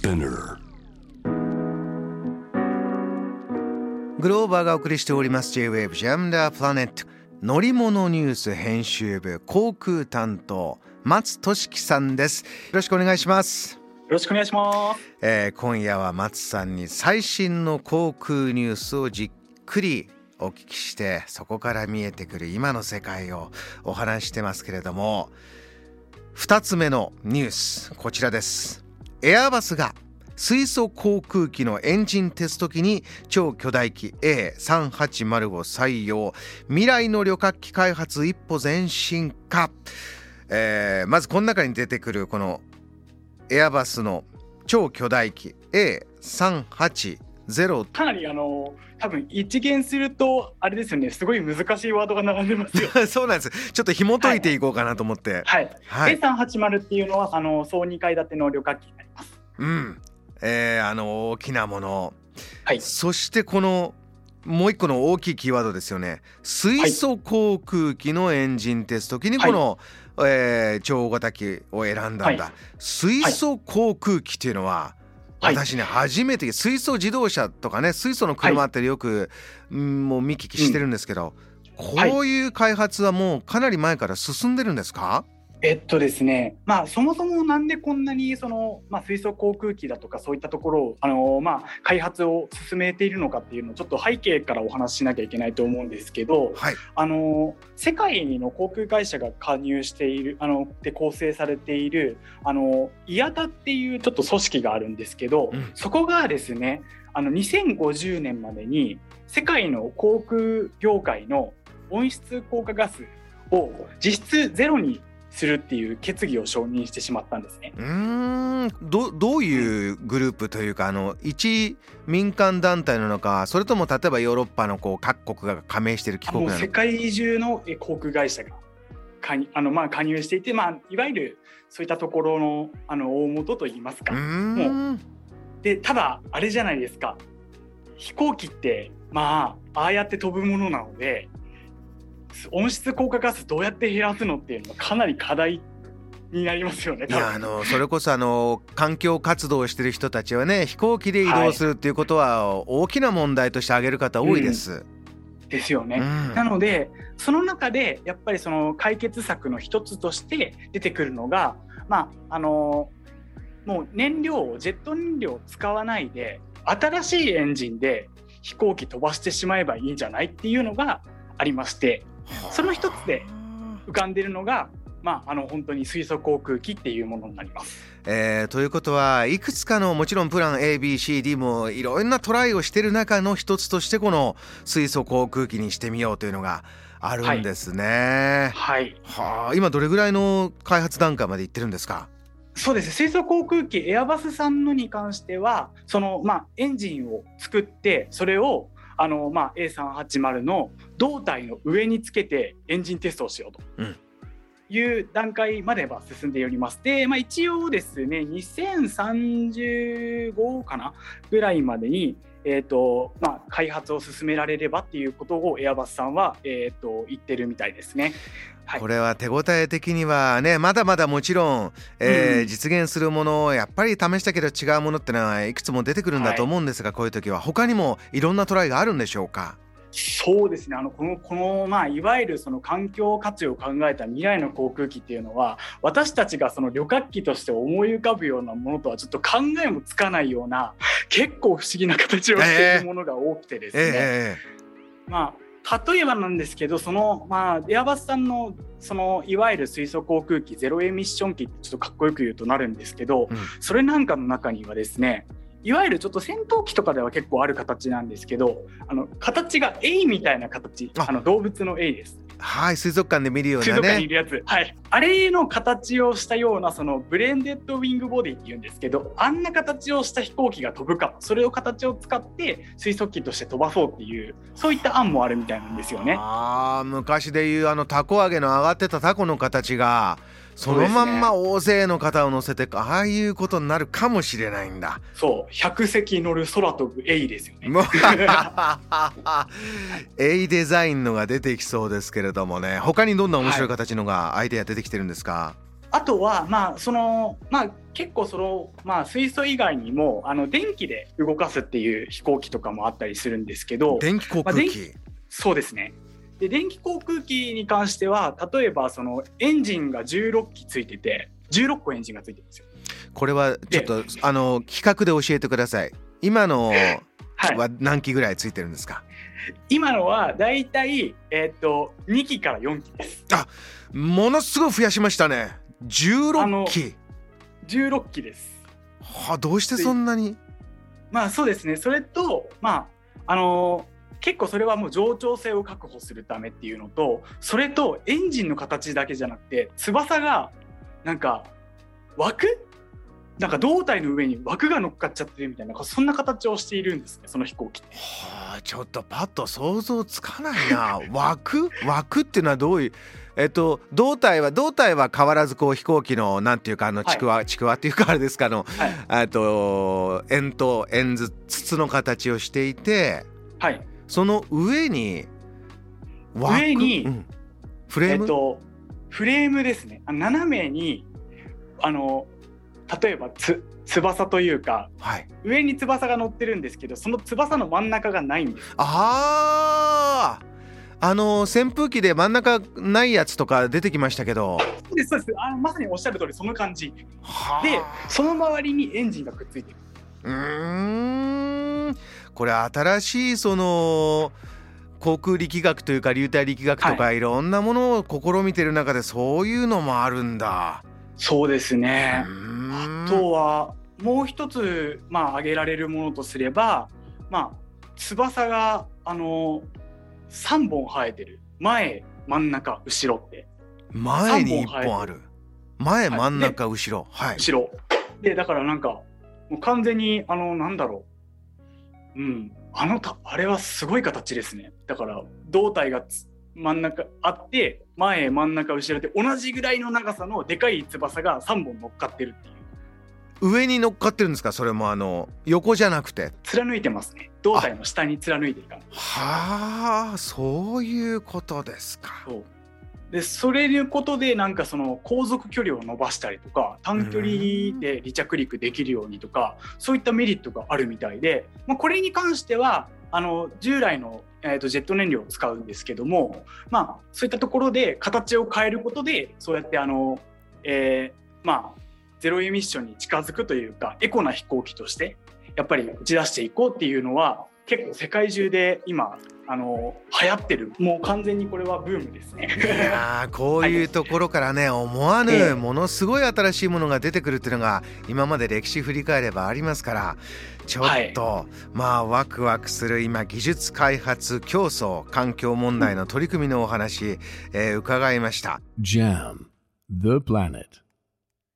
Spinner。 グローバーがお送りしております J-Wave Jam the Planet 乗り物ニュース編集部航空担当松俊樹さんです。よろしくお願いします。 よろしくお願いします。 今夜は松さんに最新の航空ニュースをじっくりお聞きして、そこから見えてくる今の世界をお話してますけれども、2つ目のニュースこちらです。エアバスが水素航空機のエンジンテスト機に超巨大機 A380 を採用。未来の旅客機開発一歩前進か。まずこの中に出てくるこのエアバスの超巨大機 A380、 かなり多分一見するとあれですよね、すごい難しいワードが並んでますよそうなんです。ちょっと紐解いていこうかなと思って、 A380 っていうのは総2階建ての旅客機になります。 大きなもの、 はい、 そしてこのもう一個の大きいキーワードですよね。水素航空機のエンジンテスト機にこの、超大型機を選んだんだ、水素航空機っていうのは、私ね初めて水素自動車とかね、水素の車ってよく、もう見聞きしてるんですけど、こういう開発はもうかなり前から進んでるんですか？ ですね、そもそもなんでこんなに水素航空機だとかそういったところを開発を進めているのかっていうのをちょっと背景からお話ししなきゃいけないと思うんですけど、世界の航空会社が加入しているで構成されているIATAっていうちょっと組織があるんですけど、そこがですね2050年までに世界の航空業界の温室効果ガスを実質ゼロにするっていう決議を承認してしまったんですね。 どういうグループというか、一民間団体なのか、それとも例えばヨーロッパの各国が加盟している機構なのか。 世界中の航空会社が加入していて、いわゆるそういったところの大元といいますか。でただあれじゃないですか、飛行機ってああやって飛ぶものなので、温室効果ガスどうやって減らすのっていうのはかなり課題になりますよね。 いやそれこそ環境活動をしてる人たちはね、飛行機で移動するっていうことは大きな問題として挙げる方多いです、 ですよね、なのでその中でやっぱりその解決策の一つとして出てくるのが、もうジェット燃料を使わないで新しいエンジンで飛行機飛ばしてしまえばいいんじゃないっていうのがありまして、その一つで浮かんでいるのが、本当に水素航空機っていうものになります。 ということはいくつかのもちろんプラン ABCD もいろんなトライをしている中の一つとしてこの水素航空機にしてみようというのがあるんですね。今どれぐらいの開発段階までいってるんですか？ そうです。水素航空機エアバスさんのに関してはエンジンを作ってそれをA380 の胴体の上につけてエンジンテストをしようという段階までは進んでおります。で、一応ですね2035かなぐらいまでに、開発を進められればっていうことをエアバスさんは、言ってるみたいですね。 これは手応え的にはね、まだまだもちろん、実現するものをやっぱり試したけど違うものってのはいくつも出てくるんだと思うんですが、こういう時は他にもいろんなトライがあるんでしょうか？ そうですね、このいわゆるその環境活用を考えた未来の航空機っていうのは、私たちがその旅客機として思い浮かぶようなものとはちょっと考えもつかないような結構不思議な形をしているものが多くてですね、例えばなんですけど、エアバスさんのいわゆる水素航空機ゼロエミッション機ってちょっとかっこよく言うとなるんですけど、それなんかの中にはですね、いわゆるちょっと戦闘機とかでは結構ある形なんですけど、形がエイみたいな形、動物のエイです。 水族館で見るようなね、 水族館にいるやつ、あれの形をしたようなそのブレンデッドウィングボディっていうんですけど、あんな形をした飛行機が飛ぶか、それを形を使って水素機として飛ばそうっていう、そういった案もあるみたいなんですよね。 昔でいうタコ揚げの上がってたタコの形がそのまんま大勢の方を乗せて、ああいうことになるかもしれないんだ。 そう、100隻乗る空飛ぶエイですよね。 エイデザインのが出てきそうですけれどもね、他にどんな面白い形のがアイデア出てきてるんですか？ あとは結構水素以外にも電気で動かすっていう飛行機とかもあったりするんですけど、 電気航空機、 そうですね。で電気航空機に関しては例えばエンジンが16機ついてて16個エンジンがついてるんですよ。 これはちょっと企画で教えてください。今のは何機ぐらいついてるんですか？ 今のはだいたい2機から4機です。 ものすごい増やしましたね。16機。 16機です。 どうしてそんなに？ そうですね。それと結構それはもう冗長性を確保するためっていうのと、それとエンジンの形だけじゃなくて翼がなんか胴体の上に枠が乗っかっちゃってるみたいな、そんな形をしているんですね、その飛行機って。 ちょっとパッと想像つかないな。枠っていうのはどういう胴体は変わらずこう飛行機のなんていうかちくわっていうかあれですか円筒の形をしていて、その上にフレーム、 フレームですね。斜めに例えば翼というか、上に翼が乗ってるんですけど、その翼の真ん中がないんです。 扇風機で真ん中ないやつとか出てきましたけど。 そうです。まさにおっしゃる通りその感じで、その周りにエンジンがくっついてる。 これ新しい航空力学というか流体力学とかいろんなものを試みてる中でそういうのもあるんだ。 そうですね。あとはもう一つ挙げられるものとすれば、翼が3本生えてる。前真ん中後ろって前に1本ある。前真ん中後ろ、 後ろで、だからもう完全にあれはすごい形ですね。だから胴体が真ん中あって前真ん中後ろで同じぐらいの長さのでかい翼が3本乗っかってるっていう。 上に乗っかってるんですか？それも横じゃなくて貫いてますね。胴体の下に貫いてるから。 そういうことですか。 でそれいうことで航続距離を伸ばしたりとか短距離で離着陸できるようにとか、そういったメリットがあるみたいで、これに関しては従来のジェット燃料を使うんですけども、そういったところで形を変えることでそうやってゼロエミッションに近づくというかエコな飛行機としてやっぱり打ち出していこうっていうのは結構世界中で今流行ってる。もう完全にこれはブームですね。 いやこういうところからね、思わぬものすごい新しいものが出てくるっていうのが今まで歴史振り返ればありますから、ちょっと、ワクワクする今技術開発競争環境問題の取り組みのお話、伺いました。 JAM The Planet